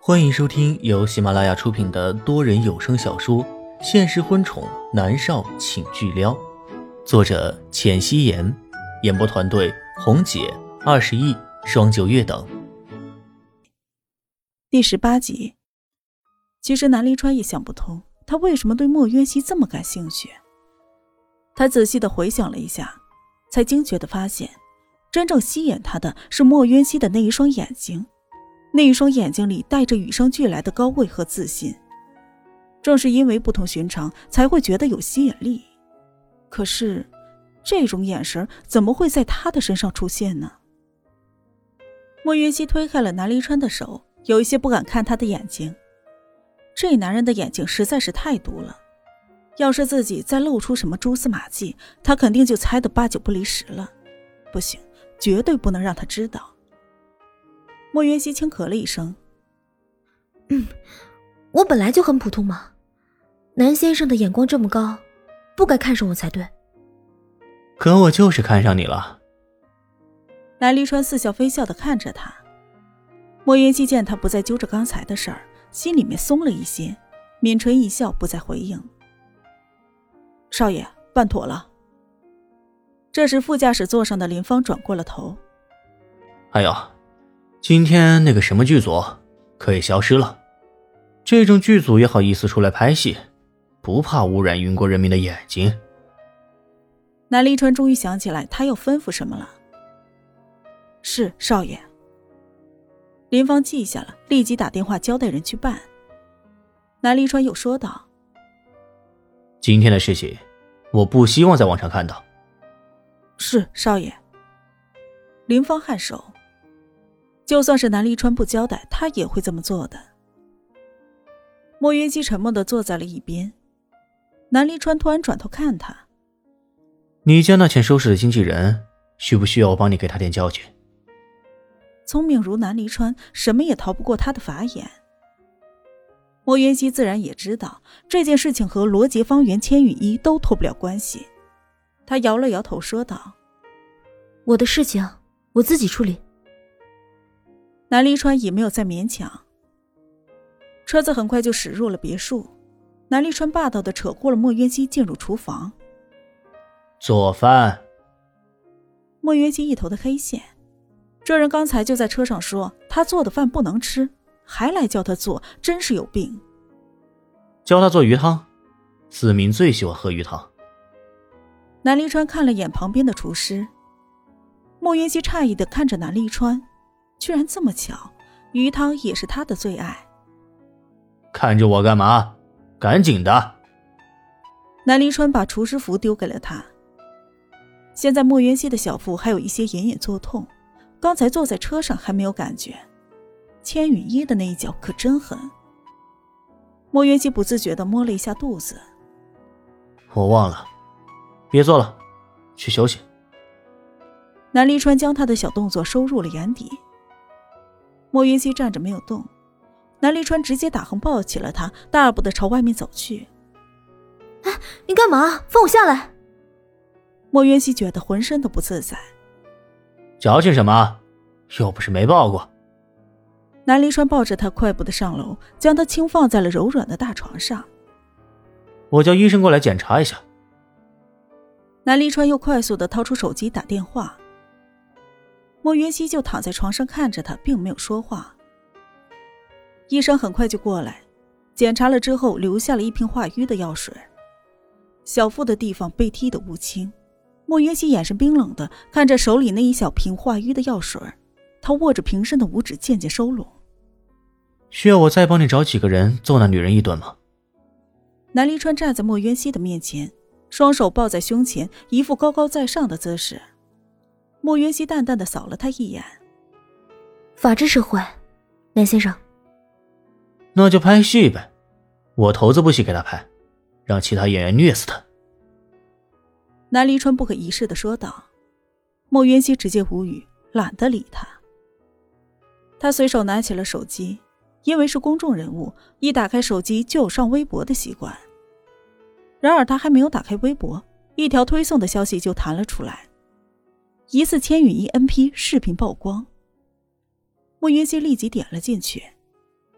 欢迎收听由喜马拉雅出品的多人有声小说《现实婚宠男少请巨撩》，作者浅汐颜，演播团队红姐、20亿、双九月等。 第18集。其实南离川也想不通，他为什么对莫渊熙这么感兴趣。他仔细地回想了一下，才惊觉地发现，真正吸引他的是莫渊熙的那一双眼睛。那一双眼睛里带着与生俱来的高贵和自信，正是因为不同寻常，才会觉得有吸引力。可是，这种眼神怎么会在他的身上出现呢？莫渊熙推开了南离川的手，有一些不敢看他的眼睛。这男人的眼睛实在是太毒了，要是自己再露出什么蛛丝马迹，他肯定就猜得8九不离10了。不行，绝对不能让他知道。莫渊熙轻咳了一声， 我本来就很普通嘛，南先生的眼光这么高，不该看上我才对。 可我就是看上你了。 南离川似笑非笑地看着他。莫渊熙见他不再揪着刚才的事儿，心里面松了一些，抿唇一笑，不再回应。少爷，办妥了。这时副驾驶座上的林芳转过了头。 哎呦，今天那个什么剧组可以消失了，这种剧组也好意思出来拍戏，不怕污染云国人民的眼睛。 南离川终于想起来他要吩咐什么了。是，少爷。林芳记下了，立即打电话交代人去办。南离川又说道， 今天的事情我不希望在网上看到。 是，少爷。林芳颔首，就算是南离川不交代，他也会这么做的。莫渊熙沉默地坐在了一边。南离川突然转头看他， 你家那欠收拾的经纪人，需不需要我帮你给他点教训？ 聪明如南离川，什么也逃不过他的法眼。莫渊熙自然也知道这件事情和罗杰方圆千羽一都脱不了关系，他摇了摇头说道， 我的事情我自己处理。 南离川也没有再勉强。车子很快就驶入了别墅，南离川霸道地扯过了莫渊熙进入厨房。 做饭。 莫渊熙一头的黑线，这人刚才就在车上说他做的饭不能吃，还来叫他做，真是有病。 教他做鱼汤，思明最喜欢喝鱼汤。 南离川看了眼旁边的厨师，莫渊熙诧异地看着南离川，居然这么巧，鱼汤也是他的最爱。 看着我干嘛？赶紧的。 南离川把厨师服丢给了他。现在莫渊熙的小腹还有一些隐隐作痛，刚才坐在车上还没有感觉，千羽一的那一脚可真狠。莫渊熙不自觉地摸了一下肚子。 我忘了，别做了，去休息。 南离川将他的小动作收入了眼底。莫渊熙站着没有动，南离川直接打横抱起了他，大步地朝外面走去。 你干嘛？放我下来！ 莫渊熙觉得浑身都不自在。 矫情什么？又不是没抱过。 南离川抱着他快步地上楼，将他轻放在了柔软的大床上。 我叫医生过来检查一下。 南离川又快速地掏出手机打电话。莫渊熙就躺在床上看着他，并没有说话。医生很快就过来，检查了之后留下了一瓶化瘀的药水。小腹的地方被踢得乌青，莫渊熙眼神冰冷地看着手里那一小瓶化瘀的药水，他握着瓶身的五指渐渐收拢。 需要我再帮你找几个人揍那女人一顿吗？ 南离川站在莫渊熙的面前，双手抱在胸前，一副高高在上的姿势。莫渊熙淡淡地扫了他一眼。 法治社会，南先生。 那就拍戏呗，我头子部戏给他拍，让其他演员虐死他。 南离川不可一世地说道。莫渊熙直接无语，懒得理他。他随手拿起了手机，因为是公众人物，一打开手机就有上微博的习惯。然而他还没有打开微博，一条推送的消息就弹了出来，疑似千羽一 NP 视频曝光。莫渊熙立即点了进去。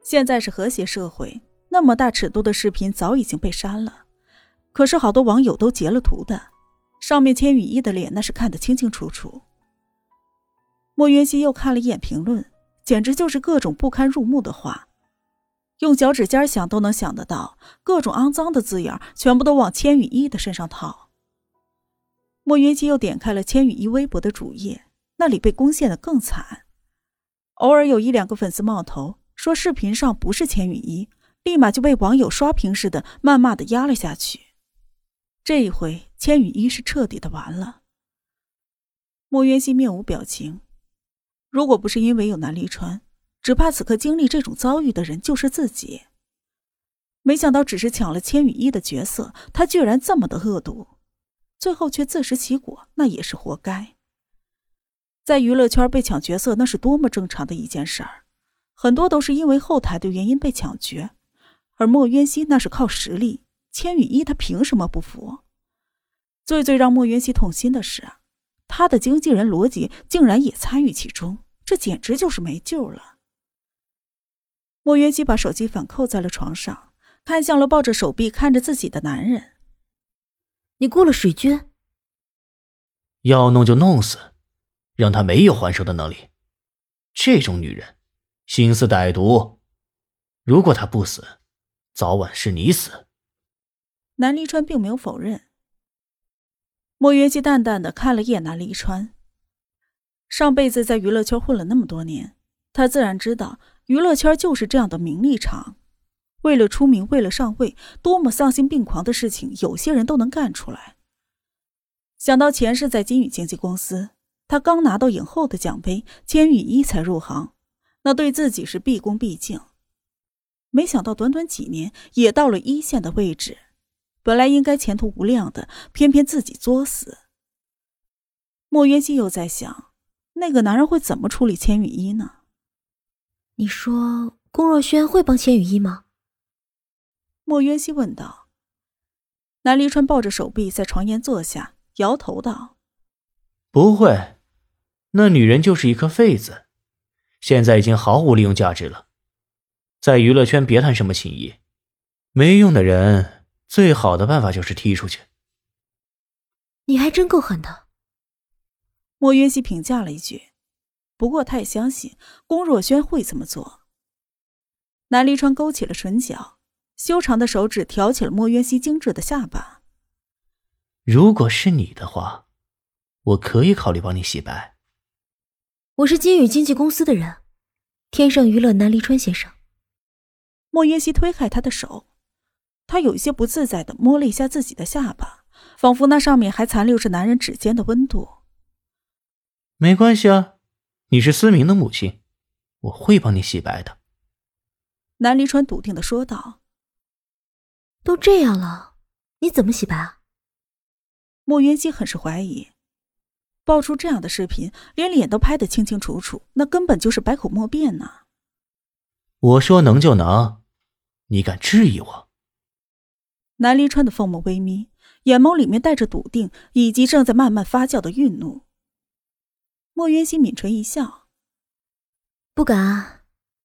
现在是和谐社会，那么大尺度的视频早已经被删了，可是好多网友都截了图的，上面千羽一的脸那是看得清清楚楚。莫渊熙又看了一眼评论，简直就是各种不堪入目的话，用脚趾尖想都能想得到，各种肮脏的字眼全部都往千羽一的身上套。莫渊熙又点开了千羽一微博的主页，那里被攻陷得更惨，偶尔有1-2个粉丝冒头说视频上不是千羽一，立马就被网友刷屏似的谩骂的压了下去。这一回千羽一是彻底的完了。莫渊熙面无表情，如果不是因为有南离川，只怕此刻经历这种遭遇的人就是自己。没想到只是抢了千羽一的角色，他居然这么的恶毒，最后却自食其果，那也是活该。在娱乐圈被抢角色那是多么正常的一件事儿，很多都是因为后台的原因被抢角，而莫渊熙那是靠实力，千羽一他凭什么不服？最让莫渊熙痛心的是，他的经纪人罗杰竟然也参与其中，这简直就是没救了。莫渊熙把手机反扣在了床上，看向了抱着手臂看着自己的男人。 你雇了水军？ 要弄就弄死，让他没有还手的能力。这种女人心思歹毒，如果她不死，早晚是你死。 南离川并没有否认。莫渊熙淡淡的看了一眼南离川，上辈子在娱乐圈混了那么多年，他自然知道娱乐圈就是这样的名利场，为了出名，为了上位，多么丧心病狂的事情有些人都能干出来。想到前世在金宇经纪公司，他刚拿到影后的奖杯，千羽一才入行，那对自己是毕恭毕敬。没想到短短几年也到了一线的位置，本来应该前途无量的，偏偏自己作死。莫渊熙又在想，那个男人会怎么处理千羽一呢？ 你说龚若轩会帮千羽一吗？ 莫渊熙问道。南离川抱着手臂在床沿坐下，摇头道： 不会，那女人就是一颗废子，现在已经毫无利用价值了。在娱乐圈别谈什么情谊，没用的人最好的办法就是踢出去。 你还真够狠的。 莫渊熙评价了一句，不过他也相信龚若轩会这么做。南离川勾起了唇角，修长的手指挑起了莫渊熙精致的下巴。 如果是你的话，我可以考虑帮你洗白。 我是金宇经纪公司的人，天盛娱乐南离川先生。 莫渊熙推开他的手，他有一些不自在地摸了一下自己的下巴，仿佛那上面还残留着男人指尖的温度。 没关系啊，你是思明的母亲，我会帮你洗白的。 南离川笃定地说道。 都这样了，你怎么洗白啊？ 莫渊熙很是怀疑，爆出这样的视频，连脸都拍得清清楚楚，那根本就是百口莫辩呢。 我说能就能，你敢质疑我？ 南离川的凤眸微眯，眼眸里面带着笃定以及正在慢慢发酵的愠怒。莫渊熙抿唇一笑， 不敢啊。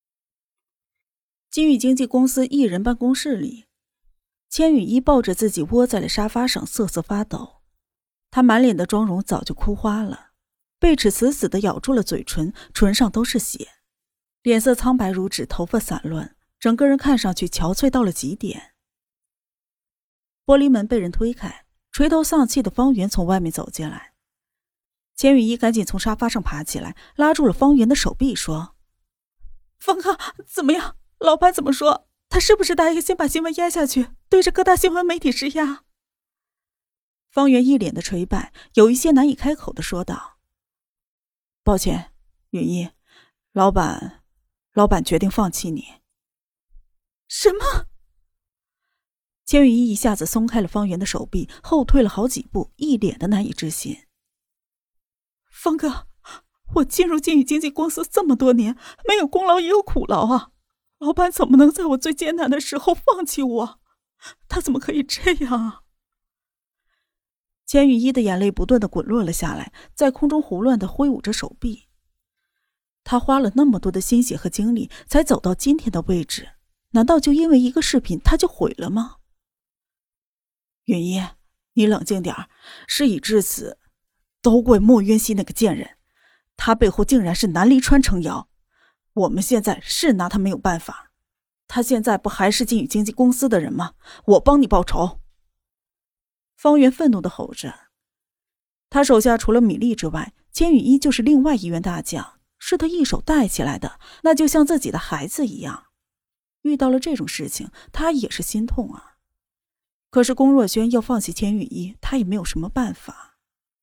金宇经纪公司艺人办公室里，千羽一抱着自己窝在了沙发上，瑟瑟发抖。他满脸的妆容早就哭花了，贝齿死死地咬住了嘴唇，唇上都是血，脸色苍白如纸，头发散乱，整个人看上去憔悴到了极点。玻璃门被人推开，垂头丧气的方圆从外面走进来。千羽一赶紧从沙发上爬起来，拉住了方圆的手臂说：方哥，怎么样？老板怎么说？他是不是答应先把新闻压下去，对着各大新闻媒体施压？方圆一脸的垂败，有一些难以开口的说道：抱歉，允一，老板决定放弃你。什么？千羽一一下子松开了方圆的手臂，后退了好几步，一脸的难以置信。方哥，我进入金宇经纪公司这么多年，没有功劳也有苦劳啊，老板怎么能在我最艰难的时候放弃我？他怎么可以这样啊？千羽一的眼泪不断的滚落了下来，在空中胡乱的挥舞着手臂。 他花了那么多的心血和精力才走到今天的位置，难道就因为一个视频他就毁了吗？允一，你冷静点，事已至此，都怪莫渊熙那个贱人，他背后竟然是南离川撑腰，我们现在是拿他没有办法，他现在不还是金宇经纪公司的人吗？我帮你报仇。方圆愤怒地吼着，他手下除了米粒之外，千羽一就是另外一员大将，是他一手带起来的，那就像自己的孩子一样。遇到了这种事情，他也是心痛啊。可是龚若轩要放弃千羽一，他也没有什么办法。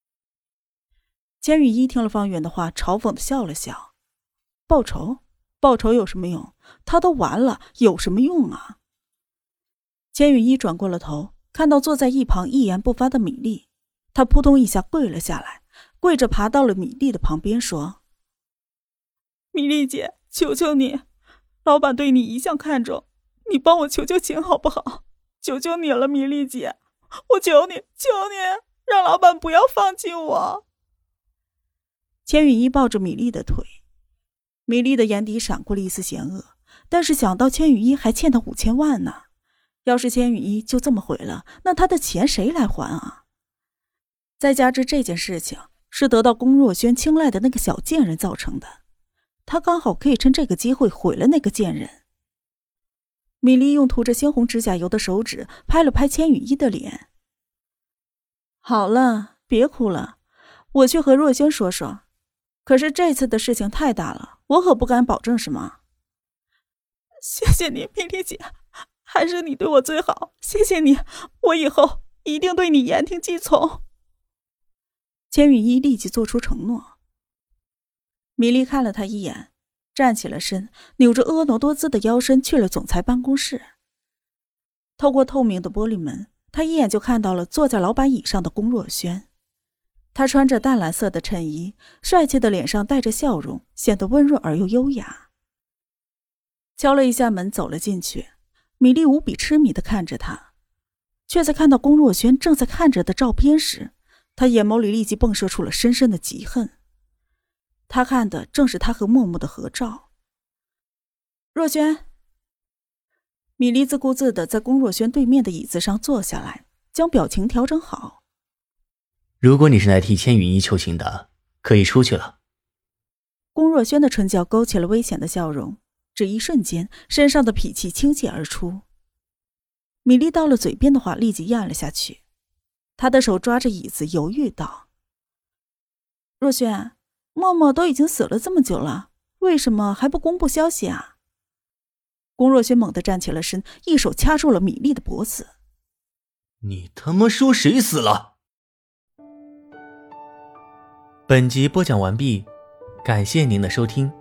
千羽一听了方圆的话，嘲讽地笑了笑。报仇？报仇有什么用？他都完了，有什么用啊？千羽一转过了头，看到坐在一旁一言不发的米粒，他扑通一下跪了下来，跪着爬到了米粒的旁边，说：米粒姐，求求你，老板对你一向看重，你帮我求求情好不好？求求你了，米粒姐，我求你，求你，让老板不要放弃我。千羽一抱着米粒的腿，米粒的眼底闪过了一丝嫌恶，但是想到千羽一还欠他5000万呢，要是千羽一就这么毁了，那他的钱谁来还啊？再加之这件事情是得到龚若轩青睐的那个小贱人造成的，他刚好可以趁这个机会毁了那个贱人。米粒用涂着鲜红指甲油的手指拍了拍千羽一的脸。好了，别哭了，我去和若轩说说。可是这次的事情太大了，我可不敢保证什么。谢谢你，米粒姐，还是你对我最好，谢谢你，我以后一定对你言听计从。千羽一立即做出承诺。米粒看了他一眼，站起了身，扭着婀娜多姿的腰身去了总裁办公室。透过透明的玻璃门，他一眼就看到了坐在老板椅上的龚若轩。他穿着淡蓝色的衬衣，帅气的脸上带着笑容，显得温润而又优雅。敲了一下门，走了进去。米粒无比痴迷地看着他，却在看到龚若轩正在看着的照片时，他眼眸里立即迸射出了深深的嫉恨。他看的正是他和默默的合照。若轩，米粒自顾自地在龚若轩对面的椅子上坐下来，将表情调整好。 如果你是来替千羽一求情的，可以出去了。 龚若轩的唇角勾起了危险的笑容，只一瞬间，身上的痞气倾泻而出。米粒到了嘴边的话立即咽了下去，他的手抓着椅子犹豫道：若轩，默默都已经死了这么久了，为什么还不公布消息啊？龚若轩猛地站起了身，一手掐住了米粒的脖子。 你他妈说谁死了？本集播讲完毕，感谢您的收听。